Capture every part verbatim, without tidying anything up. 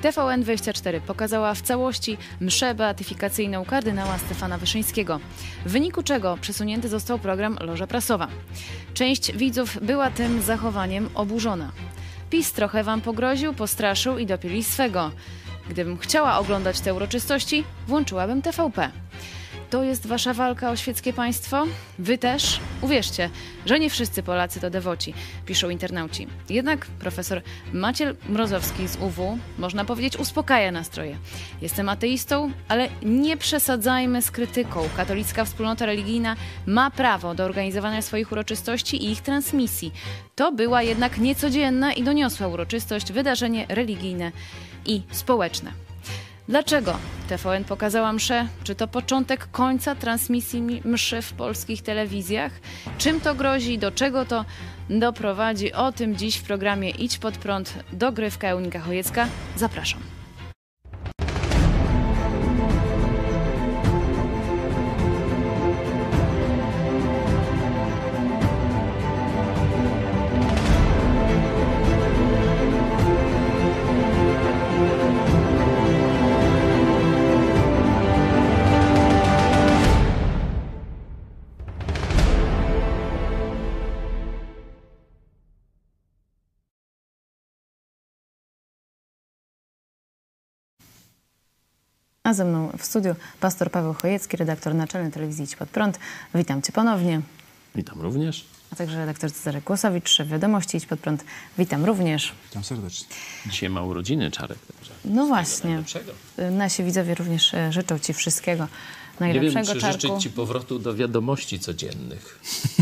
T V N dwadzieścia cztery pokazała w całości mszę beatyfikacyjną kardynała Stefana Wyszyńskiego, w wyniku czego przesunięty został program Loża Prasowa. Część widzów była tym zachowaniem oburzona. PiS trochę wam pogroził, postraszył i dopili swego. Gdybym chciała oglądać te uroczystości, włączyłabym T V P. To jest wasza walka o świeckie państwo? Wy też? Uwierzcie, że nie wszyscy Polacy to dewoci, piszą internauci. Jednak profesor Maciej Mrozowski z U W, można powiedzieć, uspokaja nastroje. Jestem ateistą, ale nie przesadzajmy z krytyką. Katolicka wspólnota religijna ma prawo do organizowania swoich uroczystości i ich transmisji. To była jednak niecodzienna i doniosła uroczystość, wydarzenie religijne i społeczne. Dlaczego T V N pokazała mszę? Czy to początek końca transmisji mszy w polskich telewizjach? Czym to grozi? Do czego to doprowadzi? O tym dziś w programie Idź Pod Prąd. Dogrywka Eunika Chojecka. Zapraszam. A ze mną w studiu pastor Paweł Chojecki, redaktor naczelny telewizji Idź Pod Prąd. Witam cię ponownie. Witam również. A także redaktor Cezary Kłosowicz, szef wiadomości Idź Pod Prąd. Witam również. Witam serdecznie. Dzisiaj ma urodziny Czarek. Także no właśnie. Nasi widzowie również życzą ci wszystkiego najlepszego, Nie wiem, czy Czarku. życzyć ci powrotu do wiadomości codziennych.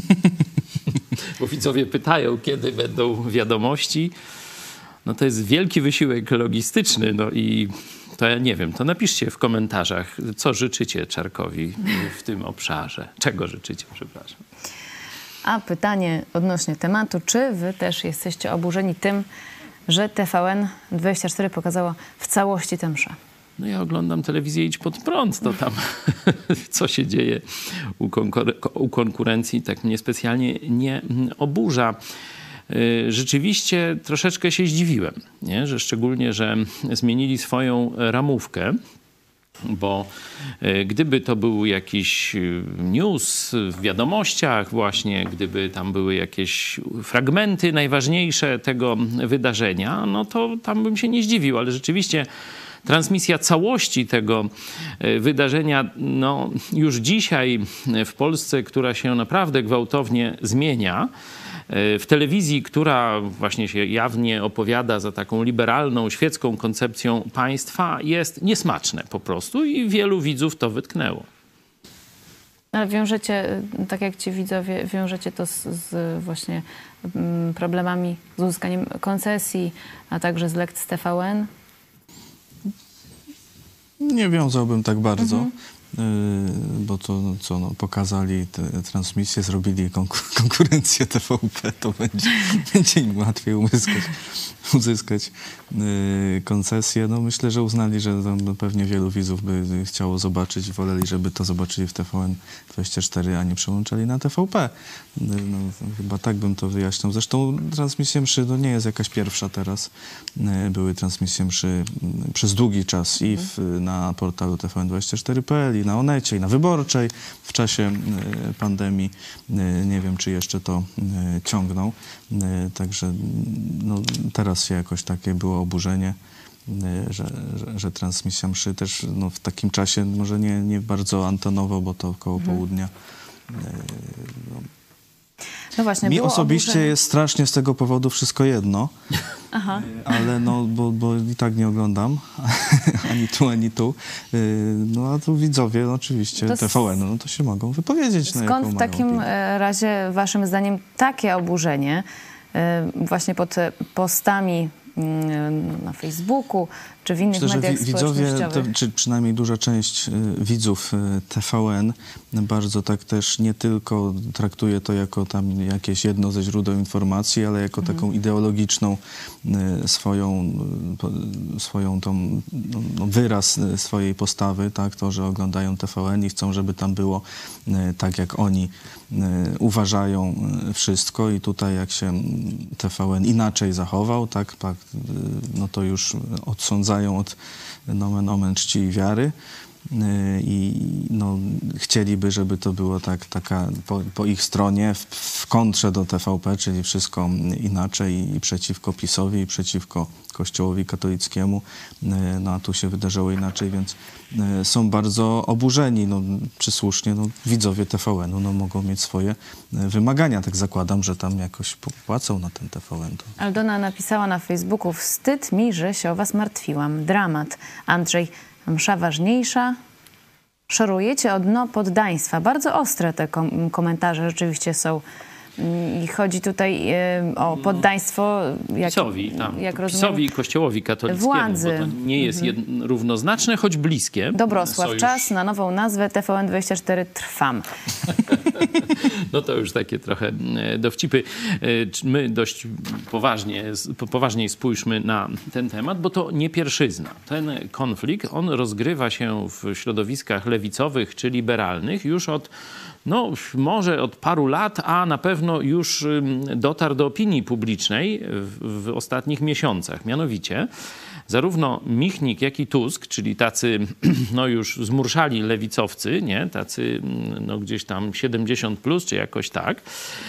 Bo widzowie pytają, kiedy będą wiadomości. No to jest wielki wysiłek logistyczny, no i to ja nie wiem, to napiszcie w komentarzach, co życzycie Czarkowi w tym obszarze. Czego życzycie, przepraszam. A pytanie odnośnie tematu, czy wy też jesteście oburzeni tym, że T V N dwadzieścia cztery pokazało w całości tę mszę? No ja oglądam telewizję Idź Pod Prąd, to tam co się dzieje u, konkur u konkurencji tak mnie specjalnie nie oburza. Rzeczywiście troszeczkę się zdziwiłem, nie? Że szczególnie, że zmienili swoją ramówkę, bo gdyby to był jakiś news w wiadomościach właśnie, gdyby tam były jakieś fragmenty najważniejsze tego wydarzenia, no to tam bym się nie zdziwił, ale rzeczywiście transmisja całości tego wydarzenia, no już dzisiaj w Polsce, która się naprawdę gwałtownie zmienia, w telewizji, która właśnie się jawnie opowiada za taką liberalną, świecką koncepcją państwa, jest niesmaczne po prostu i wielu widzów to wytknęło. Ale wiążecie, tak jak ci widzowie, wiążecie to z, z właśnie problemami z uzyskaniem koncesji, a także z lekcji T V N? Nie wiązałbym tak bardzo. Mhm. Bo to co, no, pokazali te transmisje, zrobili konkur konkurencję T V P, to będzie, będzie im łatwiej uzyskać, uzyskać yy, koncesję. No, myślę, że uznali, że tam pewnie wielu widzów by chciało zobaczyć i woleli, żeby to zobaczyli w T V N dwadzieścia cztery, a nie przełączali na T V P. No, chyba tak bym to wyjaśniał. Zresztą transmisja mszy to nie jest jakaś pierwsza teraz. Yy, były transmisje mszy yy, przez długi czas i w, na portalu T V N dwadzieścia cztery kropka p l, i na Onecie, i na Wyborczej w czasie y, pandemii. Y, nie wiem, czy jeszcze to y, ciągną. Y, także no, teraz się jakoś takie było oburzenie, y, że, że, że transmisja mszy też no, w takim czasie może nie, nie bardzo antenowo, bo to około mhm. południa. Y, no. No właśnie, Mi było osobiście oburzenie. jest strasznie z tego powodu wszystko jedno, Aha. ale no, bo, bo i tak nie oglądam, ani tu, ani tu. No a tu widzowie, no, oczywiście, to T V N, no to się mogą wypowiedzieć. Skąd na jaką w takim mają razie waszym zdaniem takie oburzenie właśnie pod postami na Facebooku, czy w innych Myślę, mediach że widzowie, społecznościowych? te, czy przynajmniej duża część y, widzów y, T V N bardzo tak też nie tylko traktuje to jako tam jakieś jedno ze źródeł informacji, ale jako mhm. taką ideologiczną y, swoją, y, swoją tą, no, wyraz y, swojej postawy, tak, to, że oglądają T V N i chcą, żeby tam było y, tak, jak oni y, uważają y, wszystko, i tutaj jak się T V N inaczej zachował, tak, tak y, no to już odsądzają odbijają od nomen omen czci i wiary. I no, chcieliby, żeby to było tak, taka po, po ich stronie, w, w kontrze do T V P, czyli wszystko inaczej i przeciwko PiS-owi, i przeciwko Kościołowi katolickiemu. No a tu się wydarzyło inaczej, więc są bardzo oburzeni, no, czy słusznie, no, widzowie T V N-u no, mogą mieć swoje wymagania. Tak zakładam, że tam jakoś płacą na ten T V N. To... Aldona napisała na Facebooku: wstyd mi, że się o was martwiłam. Dramat. Andrzej: msza ważniejsza. Szorujecie o dno poddaństwa. Bardzo ostre te kom komentarze rzeczywiście są. I chodzi tutaj y, o poddaństwo, jak, PiS-owi, tam. jak rozumiem, PiS-owi i Kościołowi katolickiemu, władzy. bo to nie jest jed... równoznaczne, choć bliskie. Dobrosław, Sojusz... czas na nową nazwę T V N dwadzieścia cztery trwam. No to już takie trochę dowcipy. My dość poważnie, poważniej spójrzmy na ten temat, bo to nie pierwszyzna. Ten konflikt, on rozgrywa się w środowiskach lewicowych czy liberalnych już od, no może od paru lat, a na pewno już dotarł do opinii publicznej w, w ostatnich miesiącach. Mianowicie zarówno Michnik, jak i Tusk, czyli tacy no już zmurszali lewicowcy, nie? Tacy no gdzieś tam siedemdziesiąt plus, czy jakoś tak,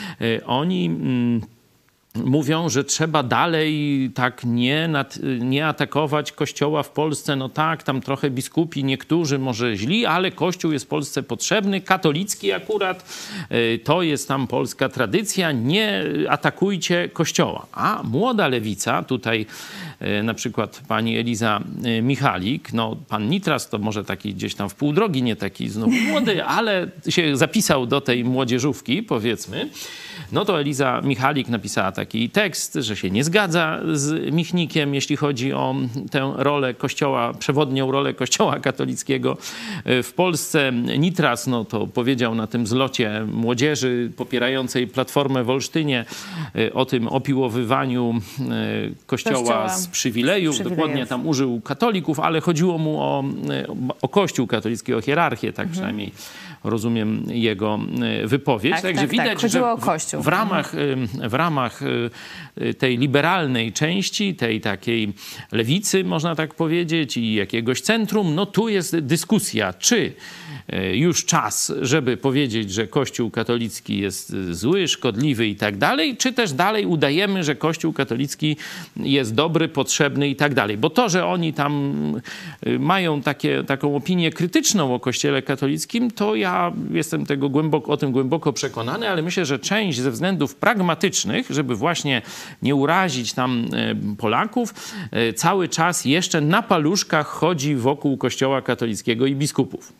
oni mm, mówią, że trzeba dalej tak nie, nad, nie atakować Kościoła w Polsce. No tak, tam trochę biskupi, niektórzy może źli, ale Kościół jest w Polsce potrzebny, katolicki akurat, to jest tam polska tradycja, nie atakujcie Kościoła. A młoda lewica, tutaj na przykład pani Eliza Michalik, no pan Nitras to może taki gdzieś tam w pół drogi, nie taki znowu młody, ale się zapisał do tej młodzieżówki, powiedzmy. No to Eliza Michalik napisała taki tekst, że się nie zgadza z Michnikiem, jeśli chodzi o tę rolę Kościoła, przewodnią rolę Kościoła katolickiego w Polsce. Nitras, no to powiedział na tym zlocie młodzieży popierającej Platformę w Olsztynie o tym opiłowywaniu Kościoła, Kościoła. z przywilejów. przywilejów. Dokładnie tam użył katolików, ale chodziło mu o, o Kościół katolicki, o hierarchię, tak mhm. przynajmniej rozumiem jego wypowiedź. Tak, Także tak, widać, tak. Chodziło że o Kościół. W, w, ramach, w ramach tej liberalnej części, tej takiej lewicy, można tak powiedzieć, i jakiegoś centrum, no tu jest dyskusja, czy już czas, żeby powiedzieć, że Kościół katolicki jest zły, szkodliwy i tak dalej, czy też dalej udajemy, że Kościół katolicki jest dobry, potrzebny i tak dalej. Bo to, że oni tam mają takie, taką opinię krytyczną o Kościele katolickim, to ja jestem tego głęboko, o tym głęboko przekonany, ale myślę, że część ze względów pragmatycznych, żeby właśnie nie urazić tam Polaków, cały czas jeszcze na paluszkach chodzi wokół Kościoła katolickiego i biskupów.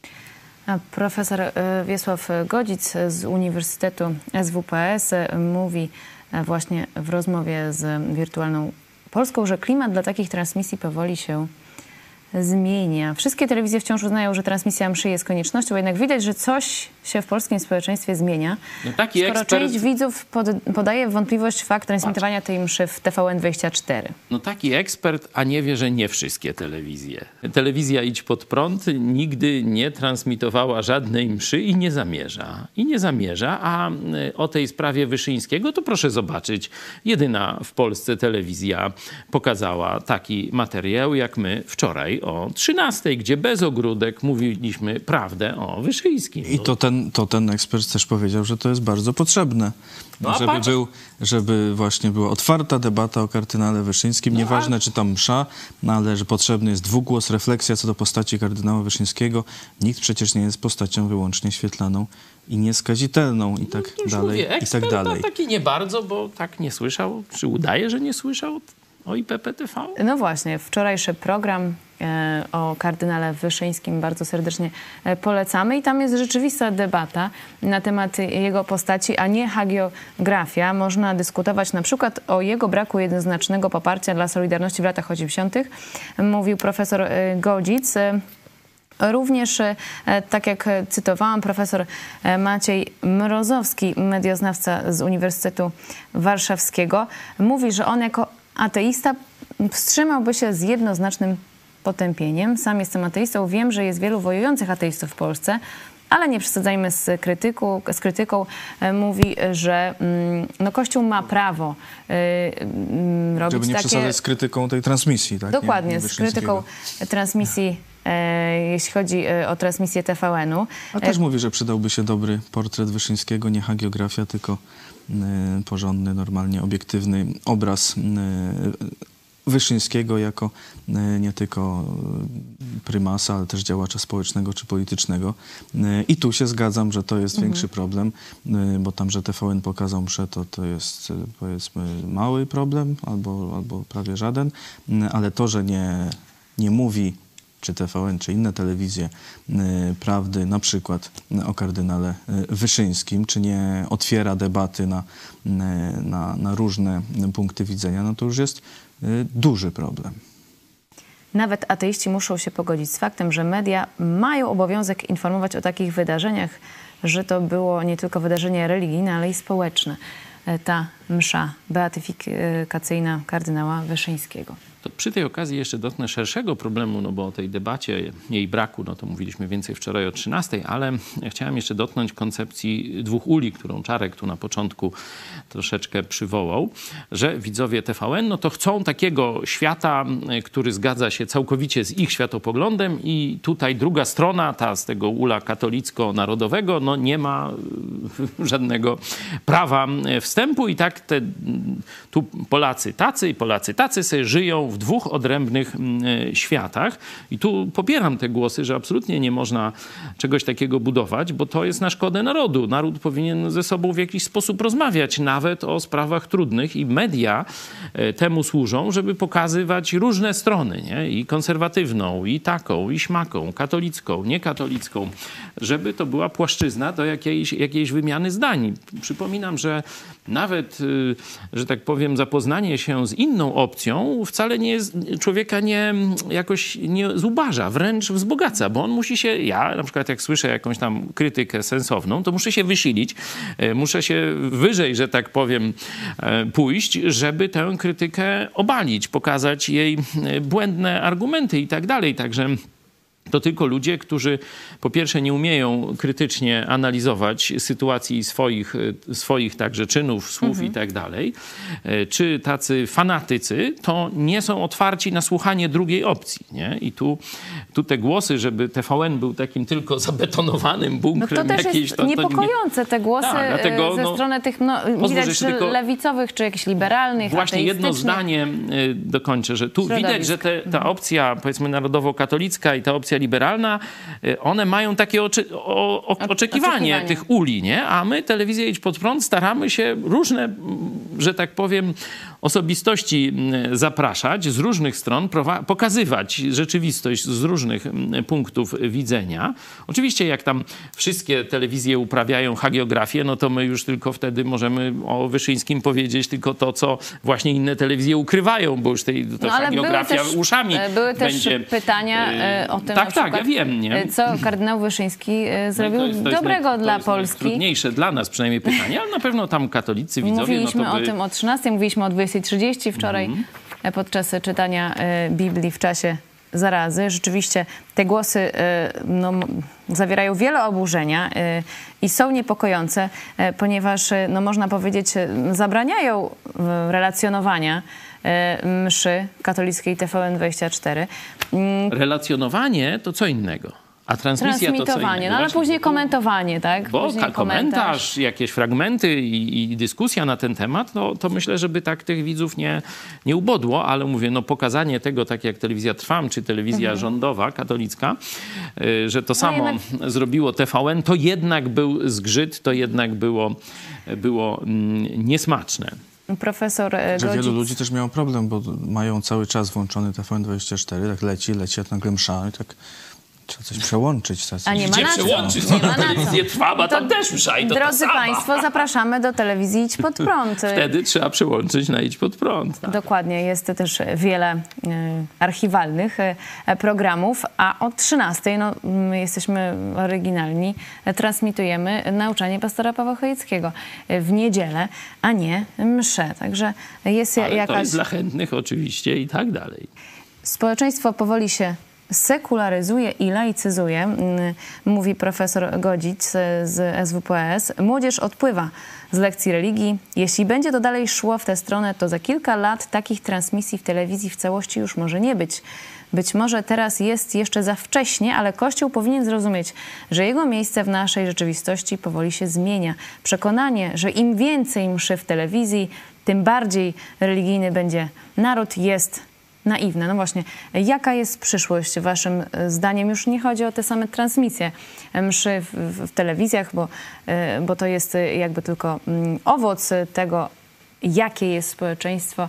A profesor Wiesław Godzic z Uniwersytetu S W P S mówi właśnie w rozmowie z Wirtualną Polską, że klimat dla takich transmisji powoli się zmienia. Wszystkie telewizje wciąż uznają, że transmisja mszy jest koniecznością, jednak widać, że coś się w polskim społeczeństwie zmienia. No taki skoro ekspert... część widzów pod, podaje w wątpliwość fakt transmitowania tej mszy w T V N dwadzieścia cztery. No taki ekspert, a nie wie, że nie wszystkie telewizje. Telewizja Idź Pod Prąd nigdy nie transmitowała żadnej mszy i nie zamierza. I nie zamierza, a o tej sprawie Wyszyńskiego to proszę zobaczyć. Jedyna w Polsce telewizja pokazała taki materiał, jak my wczoraj o trzynastej, gdzie bez ogródek mówiliśmy prawdę o Wyszyńskim. I to ten, to ten ekspert też powiedział, że to jest bardzo potrzebne. No, żeby, był, żeby właśnie była otwarta debata o kardynale Wyszyńskim. No, Nieważne, a... czy tam msza, no, ale że potrzebny jest dwugłos, refleksja co do postaci kardynała Wyszyńskiego. Nikt przecież nie jest postacią wyłącznie świetlaną i nieskazitelną i tak no, dalej, mówię, i tak dalej. Taki nie bardzo, bo tak nie słyszał, czy udaje, że nie słyszał o I P P T V? No właśnie, wczorajszy program e, o kardynale Wyszyńskim bardzo serdecznie e, polecamy i tam jest rzeczywista debata na temat jego postaci, a nie hagiografia. Można dyskutować na przykład o jego braku jednoznacznego poparcia dla Solidarności w latach osiemdziesiątych. Mówił profesor e, Godzic. E, Również, tak jak cytowałam, profesor Maciej Mrozowski, medioznawca z Uniwersytetu Warszawskiego, mówi, że on jako ateista wstrzymałby się z jednoznacznym potępieniem. Sam jestem ateistą, wiem, że jest wielu wojujących ateistów w Polsce, ale nie przesadzajmy z, krytyku, z krytyką. Mówi, że no, Kościół ma prawo y, robić Żeby nie takie... przesadzać z krytyką tej transmisji, tak? Dokładnie, nie, nie z krytyką transmisji, e, jeśli chodzi o transmisję T V N-u. A też mówi, że przydałby się dobry portret Wyszyńskiego, nie hagiografia, tylko y, porządny, normalnie obiektywny obraz y, Wyszyńskiego jako y, nie tylko prymasa, ale też działacza społecznego czy politycznego. Y, I tu się zgadzam, że to jest mhm. większy problem, y, bo tam, że T V N pokazał mszę, to, to jest y, powiedzmy mały problem albo, albo prawie żaden, y, ale to, że nie, nie mówi czy T V N, czy inne telewizje y, prawdy, na przykład y, o kardynale y, Wyszyńskim, czy nie otwiera debaty na, y, na, na różne y, punkty widzenia, no to już jest y, duży problem. Nawet ateiści muszą się pogodzić z faktem, że media mają obowiązek informować o takich wydarzeniach, że to było nie tylko wydarzenie religijne, ale i społeczne. Ta msza beatyfikacyjna kardynała Wyszyńskiego. To przy tej okazji jeszcze dotknę szerszego problemu, no bo o tej debacie, jej braku, no to mówiliśmy więcej wczoraj o trzynastej, ale chciałem jeszcze dotknąć koncepcji dwóch uli, którą Czarek tu na początku troszeczkę przywołał, że widzowie T V N no to chcą takiego świata, który zgadza się całkowicie z ich światopoglądem i tutaj druga strona, ta z tego ula katolicko-narodowego, no nie ma żadnego prawa wstępu i tak te, tu Polacy tacy i Polacy tacy sobie żyją w dwóch odrębnych światach. I tu popieram te głosy, że absolutnie nie można czegoś takiego budować, bo to jest na szkodę narodu. Naród powinien ze sobą w jakiś sposób rozmawiać, nawet o sprawach trudnych i media temu służą, żeby pokazywać różne strony, nie? I konserwatywną, i taką, i śmaką, katolicką, niekatolicką, żeby to była płaszczyzna do jakiejś, jakiejś wymiany zdań. Przypominam, że nawet, że tak powiem, zapoznanie się z inną opcją wcale nie jest, człowieka nie jakoś nie zubaża, wręcz wzbogaca, bo on musi się, ja na przykład jak słyszę jakąś tam krytykę sensowną, to muszę się wysilić, muszę się wyżej, że tak powiem, pójść, żeby tę krytykę obalić, pokazać jej błędne argumenty i tak dalej. Także to tylko ludzie, którzy po pierwsze nie umieją krytycznie analizować sytuacji swoich, swoich także czynów, słów mhm. i tak dalej, czy tacy fanatycy, to nie są otwarci na słuchanie drugiej opcji. Nie? I tu, tu te głosy, żeby T V N był takim tylko zabetonowanym bunkrem. No to też jakiejś, jest to, to niepokojące te głosy tak, dlatego, ze no, strony tych no, widać, czy tylko lewicowych, czy jakichś liberalnych, właśnie jedno zdanie dokończę, że tu widać, że te, ta opcja powiedzmy narodowo-katolicka i ta opcja liberalna, one mają takie oczy, o, o, oczekiwanie, oczekiwanie tych uli, nie? A my, Telewizja Idź Pod Prąd, staramy się różne, że tak powiem, osobistości zapraszać z różnych stron, pokazywać rzeczywistość z różnych punktów widzenia. Oczywiście jak tam wszystkie telewizje uprawiają hagiografię, no to my już tylko wtedy możemy o Wyszyńskim powiedzieć tylko to, co właśnie inne telewizje ukrywają, bo już tej to no, hagiografia były też, uszami były będzie... też pytania o tym, tak, tak, ja wiem, nie? co kardynał Wyszyński zrobił to jest, to dobrego naj, dla to Polski. Trudniejsze dla nas przynajmniej pytanie, ale na pewno tam katolicy, widzowie... Mówiliśmy no to by... o tym o trzynastej, mówiliśmy o dwudziestej trzydzieści wczoraj mm. podczas czytania Biblii w czasie zarazy. Rzeczywiście te głosy no, zawierają wiele oburzenia i są niepokojące, ponieważ no, można powiedzieć zabraniają relacjonowania mszy katolickiej T V N dwadzieścia cztery. Relacjonowanie to co innego. A transmisja to co innego. No ale później komentowanie, tak? Bo później komentarz, komentarz, jakieś fragmenty i, i dyskusja na ten temat, no to myślę, żeby tak tych widzów nie, nie ubodło, ale mówię, no pokazanie tego, tak jak Telewizja Trwam, czy telewizja mhm. rządowa, katolicka, y, że to no samo jednak... zrobiło T V N, to jednak był zgrzyt, to jednak było, było mm, niesmaczne. Profesor Że Godzic... wielu ludzi też miało problem, bo mają cały czas włączony T V N dwadzieścia cztery, tak leci, leci, a nagle msza i tak... Trzeba coś przełączyć. Coś. A nie ma Gdzie na przełączyć? co? Nie na ma telewizję Trwam, a tam to, też msza i to drodzy Państwo, zapraszamy do Telewizji Idź Pod Prąd. Wtedy trzeba przełączyć na Idź Pod Prąd. Tak. Dokładnie. Jest też wiele y, archiwalnych y, programów, a o trzynastej, no, my jesteśmy oryginalni, transmitujemy nauczanie pastora Pawła Chojeckiego w niedzielę, a nie mszę. Także jest Ale jakaś... to jest dla chętnych oczywiście i tak dalej. Społeczeństwo powoli się sekularyzuje i laicyzuje, mówi profesor Godzic z S W P S. Młodzież odpływa z lekcji religii. Jeśli będzie to dalej szło w tę stronę, to za kilka lat takich transmisji w telewizji w całości już może nie być. Być może teraz jest jeszcze za wcześnie, ale Kościół powinien zrozumieć, że jego miejsce w naszej rzeczywistości powoli się zmienia. Przekonanie, że im więcej mszy w telewizji, tym bardziej religijny będzie naród, jest naiwne. No właśnie, jaka jest przyszłość waszym zdaniem? Już nie chodzi o te same transmisje mszy w, w, w telewizjach, bo, bo to jest jakby tylko owoc tego, jakie jest społeczeństwo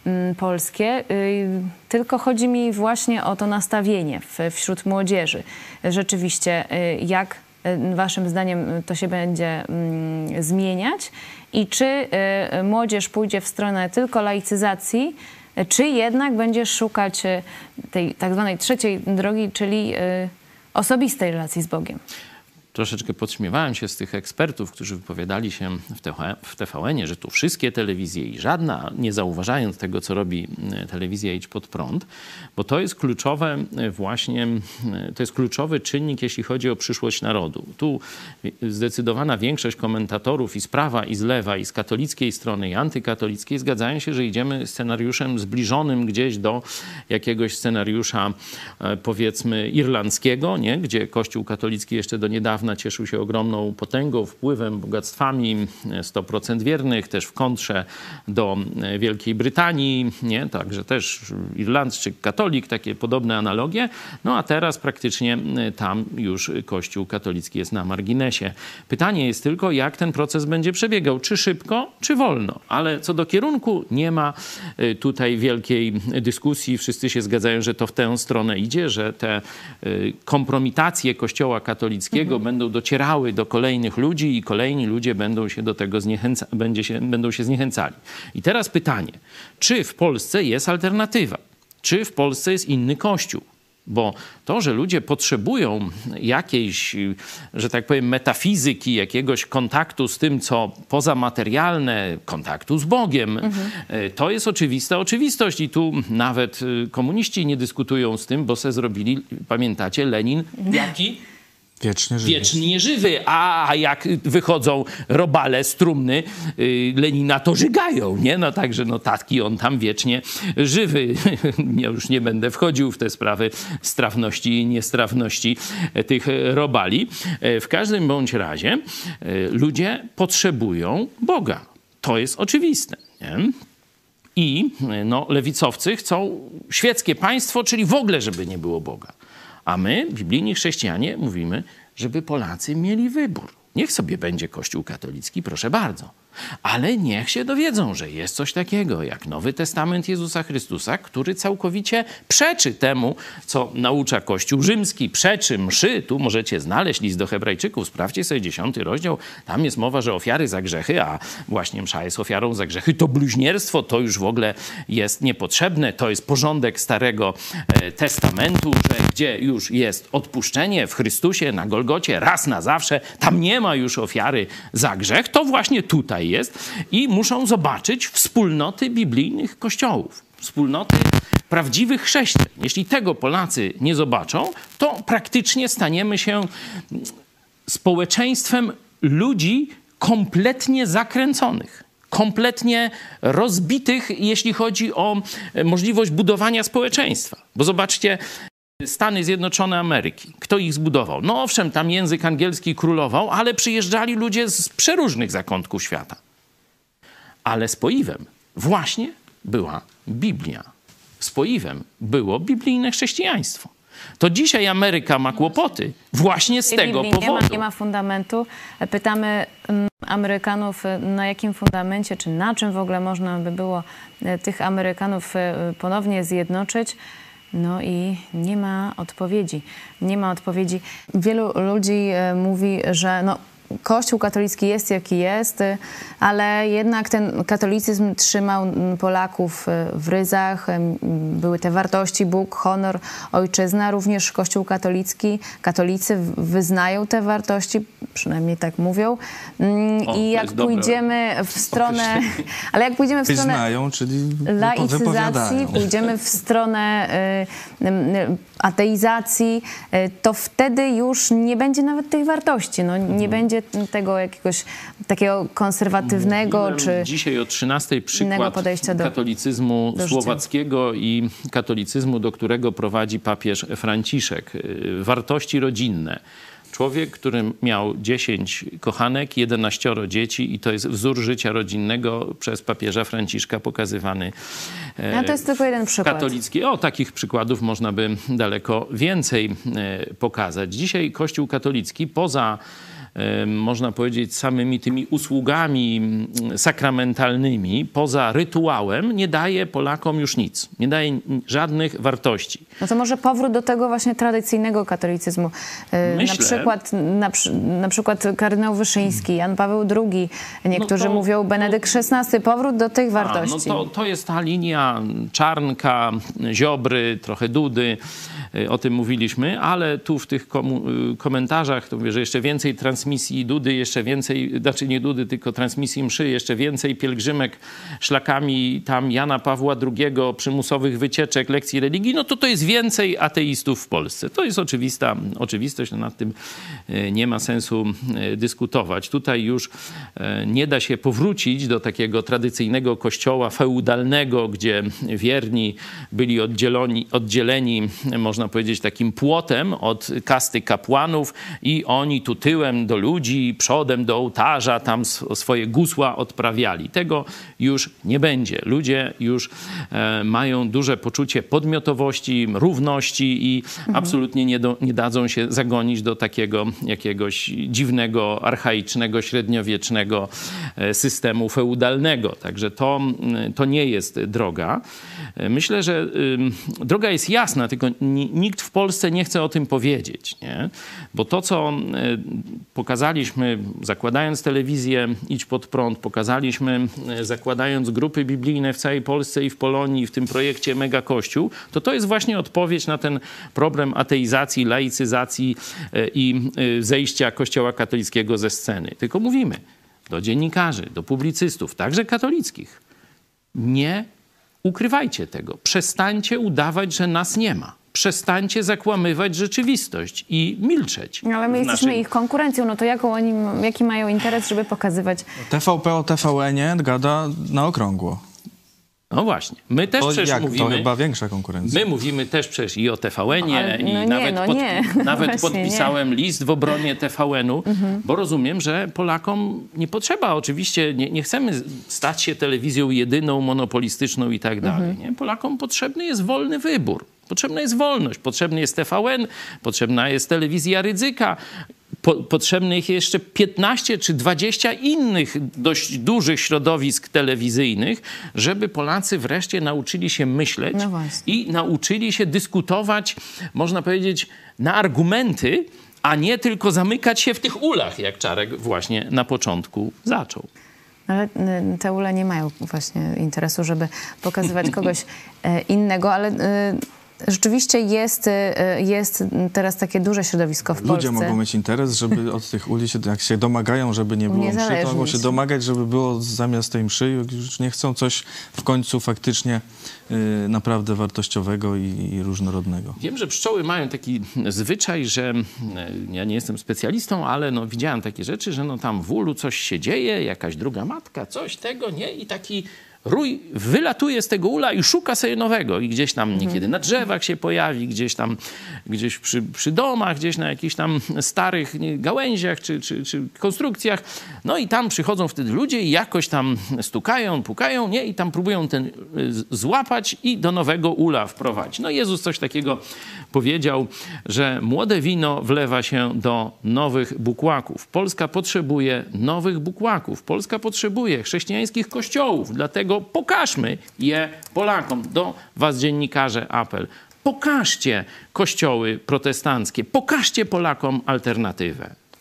polskie, tylko chodzi mi właśnie o to nastawienie wśród młodzieży. Rzeczywiście, jak waszym zdaniem to się będzie zmieniać i czy młodzież pójdzie w stronę tylko laicyzacji, czy jednak będzie szukać tej tak zwanej trzeciej drogi, czyli osobistej relacji z Bogiem? Troszeczkę podśmiewałem się z tych ekspertów, którzy wypowiadali się w T V N-ie, że tu wszystkie telewizje i żadna, nie zauważając tego, co robi telewizja Idź Pod Prąd, bo to jest kluczowe właśnie, to jest kluczowy czynnik, jeśli chodzi o przyszłość narodu. Tu zdecydowana większość komentatorów i z prawa, i z lewa, i z katolickiej strony, i antykatolickiej zgadzają się, że idziemy scenariuszem zbliżonym gdzieś do jakiegoś scenariusza, powiedzmy, irlandzkiego, nie? Gdzie Kościół katolicki jeszcze do niedawna cieszył się ogromną potęgą, wpływem, bogactwami, sto procent wiernych, też w kontrze do Wielkiej Brytanii, nie? Także też irlandzczyk, katolik, takie podobne analogie. No a teraz praktycznie tam już Kościół katolicki jest na marginesie. Pytanie jest tylko, jak ten proces będzie przebiegał, czy szybko, czy wolno. Ale co do kierunku, nie ma tutaj wielkiej dyskusji. Wszyscy się zgadzają, że to w tę stronę idzie, że te kompromitacje Kościoła katolickiego mhm. będą docierały do kolejnych ludzi i kolejni ludzie będą się do tego zniechęca- będzie się, będą się zniechęcali. I teraz pytanie, czy w Polsce jest alternatywa? Czy w Polsce jest inny Kościół? Bo to, że ludzie potrzebują jakiejś, że tak powiem, metafizyki, jakiegoś kontaktu z tym, co pozamaterialne, kontaktu z Bogiem, mhm. to jest oczywista oczywistość. I tu nawet komuniści nie dyskutują z tym, bo se zrobili, pamiętacie, Lenin, jaki? Wiecznie żywy. Wiecznie żywy. A jak wychodzą robale z trumny Lenina, to żygają, nie? No także no taki on tam wiecznie żywy. Ja już nie będę wchodził w te sprawy strawności i niestrawności tych robali. W każdym bądź razie ludzie potrzebują Boga. To jest oczywiste, nie? I no, lewicowcy chcą świeckie państwo, czyli w ogóle, żeby nie było Boga. A my, biblijni chrześcijanie, mówimy, żeby Polacy mieli wybór. Niech sobie będzie Kościół katolicki, proszę bardzo. Ale niech się dowiedzą, że jest coś takiego jak Nowy Testament Jezusa Chrystusa, który całkowicie przeczy temu, co naucza Kościół rzymski, przeczy mszy. Tu możecie znaleźć list do Hebrajczyków, sprawdźcie sobie dziesiąty rozdział. Tam jest mowa, że ofiary za grzechy, a właśnie msza jest ofiarą za grzechy. To bluźnierstwo, to już w ogóle jest niepotrzebne. To jest porządek Starego Testamentu, że gdzie już jest odpuszczenie w Chrystusie na Golgocie raz na zawsze, tam nie ma już ofiary za grzech, to właśnie tutaj jest i muszą zobaczyć wspólnoty biblijnych kościołów, wspólnoty prawdziwych chrześcijan. Jeśli tego Polacy nie zobaczą, to praktycznie staniemy się społeczeństwem ludzi kompletnie zakręconych, kompletnie rozbitych, jeśli chodzi o możliwość budowania społeczeństwa. Bo zobaczcie, Stany Zjednoczone Ameryki. Kto ich zbudował? No owszem, tam język angielski królował, ale przyjeżdżali ludzie z przeróżnych zakątków świata. Ale spoiwem właśnie była Biblia. Spoiwem było biblijne chrześcijaństwo. To dzisiaj Ameryka ma kłopoty właśnie z tego Biblii powodu. Nie ma, nie ma fundamentu. Pytamy Amerykanów, na jakim fundamencie, czy na czym w ogóle można by było tych Amerykanów ponownie zjednoczyć. No i nie ma odpowiedzi. Nie ma odpowiedzi. Wielu ludzi mówi, że no, Kościół katolicki jest jaki jest, ale jednak ten katolicyzm trzymał Polaków w ryzach. Były te wartości: Bóg, honor, ojczyzna. Również Kościół katolicki, katolicy wyznają te wartości, przynajmniej tak mówią. O, I jak pójdziemy w stronę, ale jak pójdziemy w stronę Wyznają, czyli laicyzacji, pójdziemy w stronę y, y, ateizacji, y, to wtedy już nie będzie nawet tych wartości. No, nie hmm. będzie tego jakiegoś takiego konserwatywnego Mówiłem czy dzisiaj o trzynastej przykład podejścia do, katolicyzmu do słowackiego i katolicyzmu, do którego prowadzi papież Franciszek. Wartości rodzinne. Człowiek, który miał dziesięć kochanek, jedenaścioro dzieci i to jest wzór życia rodzinnego przez papieża Franciszka pokazywany. A to jest tylko jeden przykład. Katolicki. O, takich przykładów można by daleko więcej pokazać. Dzisiaj Kościół katolicki poza można powiedzieć samymi tymi usługami sakramentalnymi, poza rytuałem, nie daje Polakom już nic. Nie daje żadnych wartości. No to może powrót do tego właśnie tradycyjnego katolicyzmu. Myślę, na przykład, na, na przykład kardynał Wyszyński, Jan Paweł drugi, niektórzy no to, mówią Benedykt szesnasty, powrót do tych wartości. A, no to, to jest ta linia Czarnka, Ziobry, trochę Dudy. O tym mówiliśmy, ale tu w tych komentarzach to mówię, że jeszcze więcej transmisji Dudy, jeszcze więcej, znaczy nie Dudy, tylko transmisji mszy, jeszcze więcej pielgrzymek szlakami tam Jana Pawła drugiego, przymusowych wycieczek, lekcji religii, no to to jest więcej ateistów w Polsce. To jest oczywista oczywistość, no nad tym nie ma sensu dyskutować. Tutaj już nie da się powrócić do takiego tradycyjnego kościoła feudalnego, gdzie wierni byli oddzieleni, oddzieleni można powiedzieć, takim płotem od kasty kapłanów i oni tu tyłem do ludzi, przodem do ołtarza tam swoje gusła odprawiali. Tego już nie będzie. Ludzie już e, mają duże poczucie podmiotowości, równości i mhm. absolutnie nie, do, nie dadzą się zagonić do takiego jakiegoś dziwnego, archaicznego, średniowiecznego systemu feudalnego. Także to, to nie jest droga. Myślę, że y, droga jest jasna, tylko nikt w Polsce nie chce o tym powiedzieć, nie? Bo to, co pokazaliśmy, zakładając telewizję Idź Pod Prąd, pokazaliśmy, zakładając grupy biblijne w całej Polsce i w Polonii, w tym projekcie Mega Kościół, to to jest właśnie odpowiedź na ten problem ateizacji, laicyzacji i zejścia Kościoła katolickiego ze sceny. Tylko mówimy do dziennikarzy, do publicystów, także katolickich, nie ukrywajcie tego. Przestańcie udawać, że nas nie ma. Przestańcie zakłamywać rzeczywistość i milczeć. No, ale my jesteśmy naszej... ich konkurencją, no to jaką oni, jaki mają interes, żeby pokazywać... T V P o T V N-ie gada na okrągło. No właśnie. My też to przecież jak? mówimy... To chyba większa konkurencja. My mówimy też przecież i o T V N-ie no, i nie, nawet, no pod, nie. nawet Właśnie podpisałem nie. list w obronie T V N-u, mhm. bo rozumiem, że Polakom nie potrzeba, oczywiście nie, nie chcemy stać się telewizją jedyną, monopolistyczną i tak dalej. Mhm. Nie? Polakom potrzebny jest wolny wybór. Potrzebna jest wolność, potrzebny jest T V N, potrzebna jest telewizja Rydzyka, po, potrzebnych jest jeszcze piętnaście czy dwadzieścia innych dość dużych środowisk telewizyjnych, żeby Polacy wreszcie nauczyli się myśleć no i nauczyli się dyskutować, można powiedzieć, na argumenty, a nie tylko zamykać się w tych ulach, jak Czarek właśnie na początku zaczął. Ale te ule nie mają właśnie interesu, żeby pokazywać kogoś innego, ale... Rzeczywiście jest, jest teraz takie duże środowisko w Ludzie Polsce. Ludzie mogą mieć interes, żeby od tych uli, się, jak się domagają, żeby nie było mszy, to mogą się domagać, żeby było zamiast tej mszy, już nie chcą coś w końcu faktycznie y, naprawdę wartościowego i, i różnorodnego. Wiem, że pszczoły mają taki zwyczaj, że ja nie jestem specjalistą, ale no, widziałem takie rzeczy, że no, tam w ulu coś się dzieje, jakaś druga matka, coś tego, nie? I taki rój wylatuje z tego ula i szuka sobie nowego. I gdzieś tam niekiedy na drzewach się pojawi, gdzieś tam, gdzieś przy, przy domach, gdzieś na jakichś tam starych gałęziach czy, czy, czy konstrukcjach. No i tam przychodzą wtedy ludzie i jakoś tam stukają, pukają, nie? I tam próbują ten złapać i do nowego ula wprowadzić. No Jezus coś takiego powiedział, że młode wino wlewa się do nowych bukłaków. Polska potrzebuje nowych bukłaków. Polska potrzebuje chrześcijańskich kościołów. Dlatego pokażmy je Polakom. Do was, dziennikarze, apel. Pokażcie kościoły protestanckie. Pokażcie Polakom alternatywę.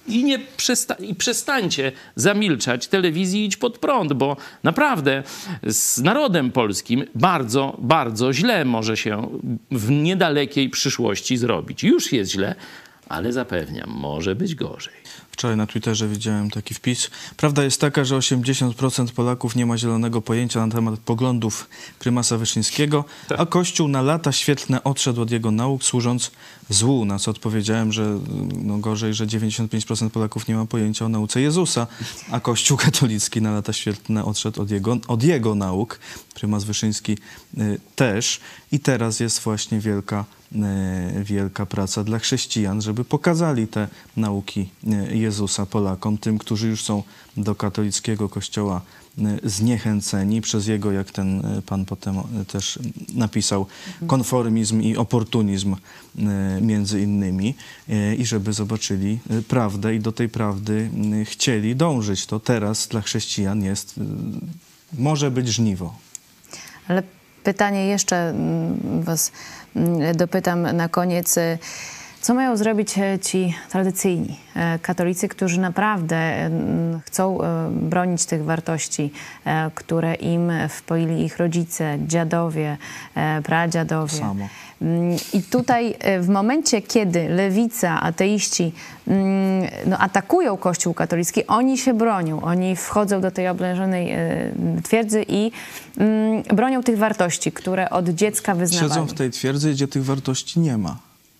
I, nie przesta I przestańcie zamilczać telewizji Idź Pod Prąd, bo naprawdę z narodem polskim bardzo, bardzo źle może się w niedalekiej przyszłości zrobić. Już jest źle, ale zapewniam, może być gorzej. Wczoraj na Twitterze widziałem taki wpis. Prawda jest taka, że osiemdziesiąt procent Polaków nie ma zielonego pojęcia na temat poglądów prymasa Wyszyńskiego, a Kościół na lata świetlne odszedł od jego nauk, służąc złu. Na co odpowiedziałem, że no gorzej, że dziewięćdziesiąt pięć procent Polaków nie ma pojęcia o nauce Jezusa, a Kościół katolicki na lata świetlne odszedł od jego, od jego nauk. Prymas Wyszyński y, też. I teraz jest właśnie wielka wielka praca dla chrześcijan, żeby pokazali te nauki Jezusa Polakom, tym, którzy już są do katolickiego kościoła zniechęceni przez jego, jak ten pan potem też napisał, konformizm i oportunizm między innymi, i żeby zobaczyli prawdę i do tej prawdy chcieli dążyć. To teraz dla chrześcijan jest, może być żniwo. Ale pytanie jeszcze was dopytam na koniec. Co mają zrobić ci tradycyjni katolicy, którzy naprawdę chcą bronić tych wartości, które im wpoili ich rodzice, dziadowie, pradziadowie? Samo. I tutaj w momencie, kiedy lewica, ateiści no, atakują Kościół katolicki, oni się bronią. Oni wchodzą do tej oblężonej twierdzy i bronią tych wartości, które od dziecka wyznawali. Siedzą w tej twierdzy, gdzie tych wartości nie ma.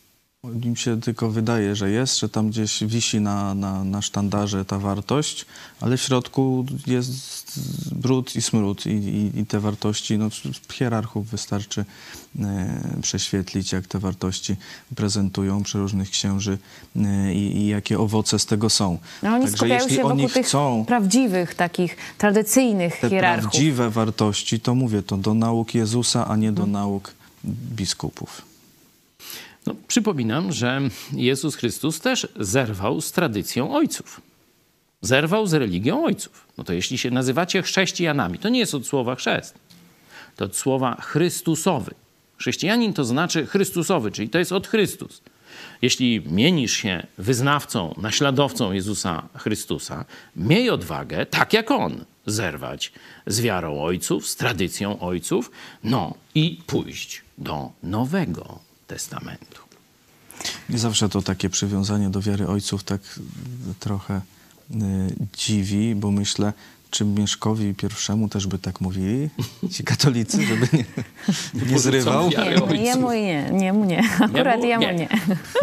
Im się tylko wydaje, że jest, że tam gdzieś wisi na, na, na sztandarze ta wartość, ale w środku jest brud i smród i, i, i te wartości, no hierarchów wystarczy e, prześwietlić, jak te wartości prezentują przeróżnych księży e, i, i jakie owoce z tego są. No oni Także skupiają jeśli się wokół oni tych chcą prawdziwych, takich tradycyjnych te hierarchów. prawdziwe wartości, to mówię, to do nauk Jezusa, a nie do hmm. nauk biskupów. No, przypominam, że Jezus Chrystus też zerwał z tradycją ojców. Zerwał z religią ojców. No to jeśli się nazywacie chrześcijanami, to nie jest od słowa chrzest. To od słowa chrystusowy. Chrześcijanin to znaczy chrystusowy, czyli to jest od Chrystus. Jeśli mienisz się wyznawcą, naśladowcą Jezusa Chrystusa, miej odwagę, tak jak On, zerwać z wiarą ojców, z tradycją ojców, no i pójść do Nowego Testamentu. I zawsze to takie przywiązanie do wiary ojców tak trochę y, dziwi, bo myślę, czy Mieszkowi pierwszemu też by tak mówili, ci katolicy, żeby nie, nie zrywał? Nie, jemu nie, nie, mu nie. Akurat jemu, jemu nie. nie.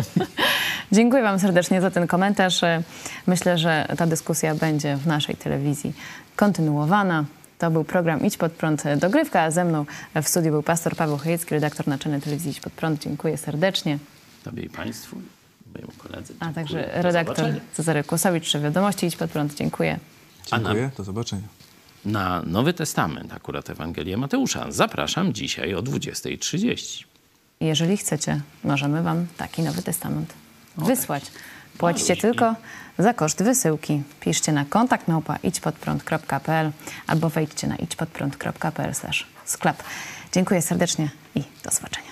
Dziękuję wam serdecznie za ten komentarz. Myślę, że ta dyskusja będzie w naszej telewizji kontynuowana. To był program Idź Pod Prąd Dogrywka, a ze mną w studiu był pastor Paweł Chojecki, redaktor naczelny telewizji Idź Pod Prąd. Dziękuję serdecznie. Tobie i Państwu, mojemu koledze. A także redaktor Cezary Kłosowicz, czy Wiadomości Idź Pod Prąd. Dziękuję. Dziękuję, na, do zobaczenia. Na Nowy Testament, akurat Ewangelię Mateusza, zapraszam dzisiaj o dwudziestej trzydzieści. Jeżeli chcecie, możemy wam taki Nowy Testament wysłać. Płacicie tylko za koszt wysyłki. Piszcie na kontakt małpa idźpodprąd kropka p l albo wejdźcie na idźpodprąd kropka p l slash sklep. Dziękuję serdecznie i do zobaczenia.